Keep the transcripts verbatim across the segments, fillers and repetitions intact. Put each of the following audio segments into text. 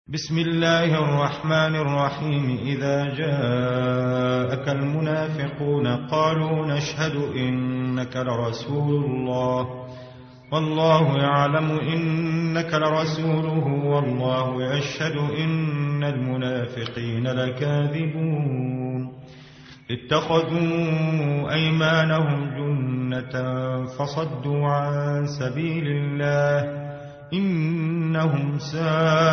بسم الله الرحمن الرحيم. إذا جاءك المنافقون قالوا نشهد إنك لرسول الله والله يعلم إنك لرسوله والله يشهد إن المنافقين لكاذبون. اتخذوا أيمانهم جنة فصدوا عن سبيل الله إنهم ساء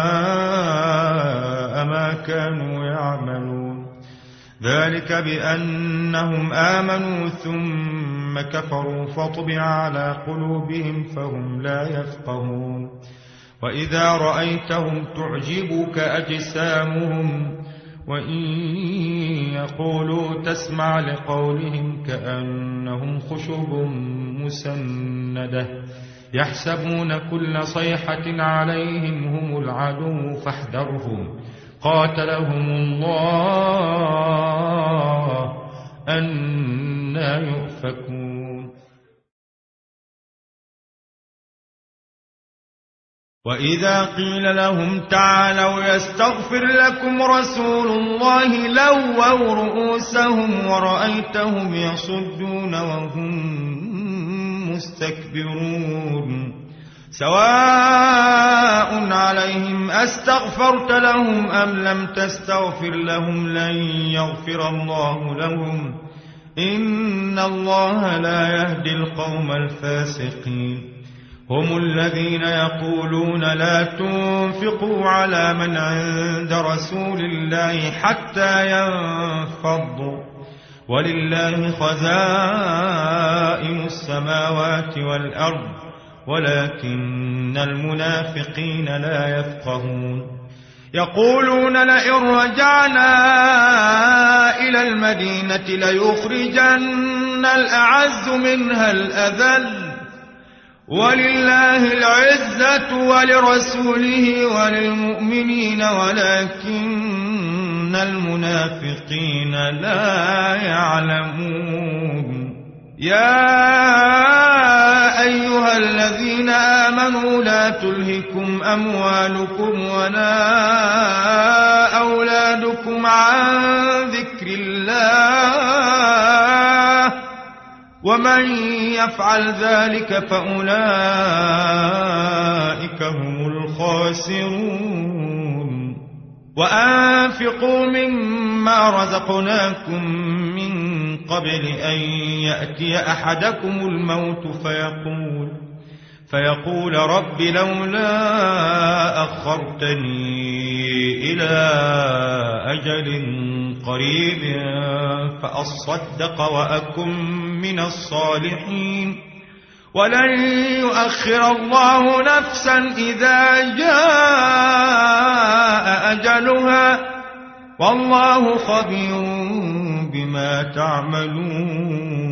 ما كانوا يعملون. ذلك بأنهم آمنوا ثم كفروا فطبع على قلوبهم فهم لا يفقهون. وإذا رأيتهم تعجبك أجسامهم وإن يقولوا تسمع لقولهم كأنهم خشب مسندة يحسبون كل صيحة عليهم هم العدو فاحذرهم قاتلهم الله أنى يؤفكون. وإذا قيل لهم تعالوا يستغفر لكم رسول الله لووا رؤوسهم ورأيتهم يصدون وهم مستكبرون. سواء عليهم أستغفرت لهم أم لم تستغفر لهم لن يغفر الله لهم إن الله لا يهدي القوم الفاسقين. هم الذين يقولون لا تنفقوا على من عند رسول الله حتى ينفضوا ولله خزائن السماوات والأرض ولكن المنافقين لا يفقهون. يقولون لئن رجعنا إلى المدينة ليخرجن الأعز منها الأذل ولله العزة ولرسوله وللمؤمنين ولكن المنافقين لا يعلمون. يا أيها الذين آمنوا لا تلهكم أموالكم ولا أولادكم عن ذكر الله ومن يفعل ذلك فأولئك هم الخاسرون. وأنفقوا مما رزقناكم من قبل أن يأتي أحدكم الموت فيقول فيقول رب لولا أخرتني إلى أجل قريب فأصدق وأكن من الصالحين ولن يؤخر الله نفسا إذا جاء أجلها والله خبير بما تعملون.